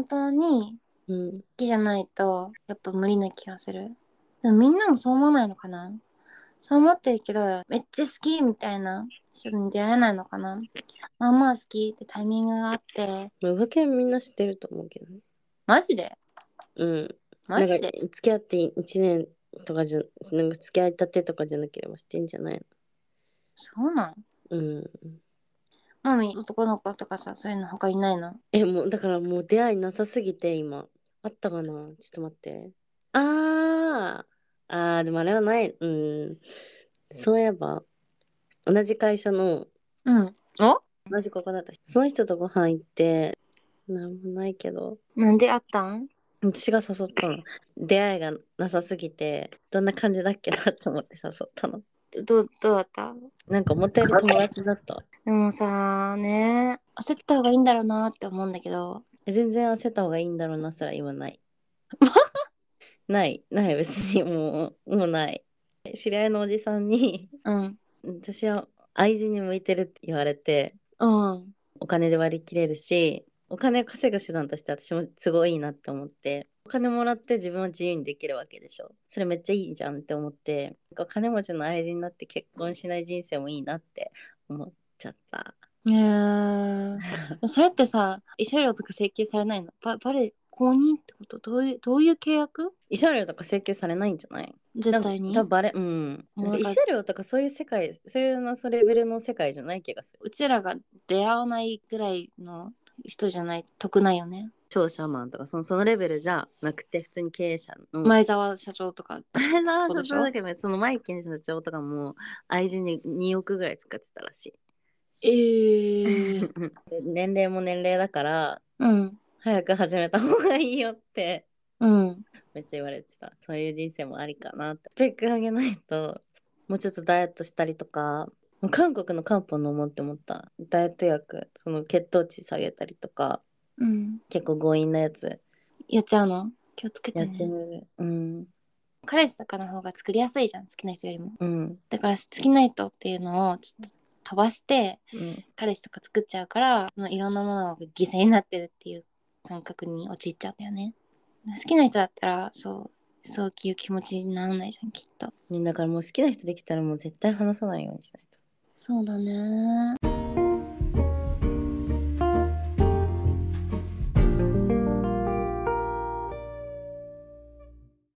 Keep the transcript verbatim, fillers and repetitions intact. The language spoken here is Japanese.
当にうん。 好きじゃないとやっぱ無理な気がする。でもみんなもそう思わないのかな。そう思ってるけどめっちゃ好きみたいな人に出会えないのかな。まあまあ好きってタイミングがあって。 まあ、浮気はみんな知ってると思うけどね。 マジでうん。なんか、 マジで付き合っていちねんとかじゃ、なんか付き合いたてとかじゃなければしてんじゃないそうなん。 の？うん。 マミ男の子とかさそういうの他いないの？ え、もう、だからもう出会いなさすぎて、今。あったかな、ちょっと待って。あー。あー、でもあれはない。うん。そういえば、同じ会社の、 うん。お同じここだった人。その人とご飯行って、なんもないけど、 なんであったん？ 私が誘ったの。出会いがなさすぎて、どんな感じだっけなと思って誘ったの。 どうどうだった？ なんか思ったより友達だった。 でもさね焦った方がいいんだろうなって思うんだけど。 え全然焦った方がいいんだろうなすら言わない。ない、ない、別にもう、もうない。知り合いのおじさんに、 うん私は愛人に向いてるって言われて、 うんお金で割り切れるし、お金稼ぐ手段として私もすごいいいなって思って、お金もらって自分は自由にできるわけでしょ。それめっちゃいいじゃんって思って、なんか金持ちの愛人になって結婚しない人生もいいなって思っちゃった。 ねえそれってさ慰謝料とか請求されないの？ババレ公認ってこと？どういうどういう契約？ 慰謝料とか請求されないんじゃない？なんか絶対に。 多分バレ、うん。なんか慰もうなんか謝料とかそういう世界、そういうの、それレベルの世界じゃない気がする。 うちらが出会わないぐらいの人じゃない得ないよね。 商社マンとかその、そのレベルじゃなくて、普通に経営者の。 前澤社長とかってあれな、 ことでしょ？ 社長だけど、そのマイケン社長とかも愛人ににおくぐらい使ってたらしい。 ええ年齢も年齢だから、 うん早く始めた方がいいよってうんめっちゃ言われてた。そういう人生もありかなって。ペック上げないと、もうちょっとダイエットしたりとか、もう韓国の漢方飲もうって思った。ダイエット薬、その血糖値下げたりとか、 うん結構強引なやつやっちゃうの？気をつけやっててね。 みる。うん。 彼氏とかの方が作りやすいじゃん好きな人よりも。 うん。 だから好きな人っていうのをちょっと飛ばしてうん。 彼氏とか作っちゃうからいろんなものが犠牲になってるっていう感覚に陥っちゃうんだよね。好きな人だったらそうそういう気持ちにならないじゃんきっと。 だからもう好きな人できたらもう絶対話さないようにしないと。 そうだね。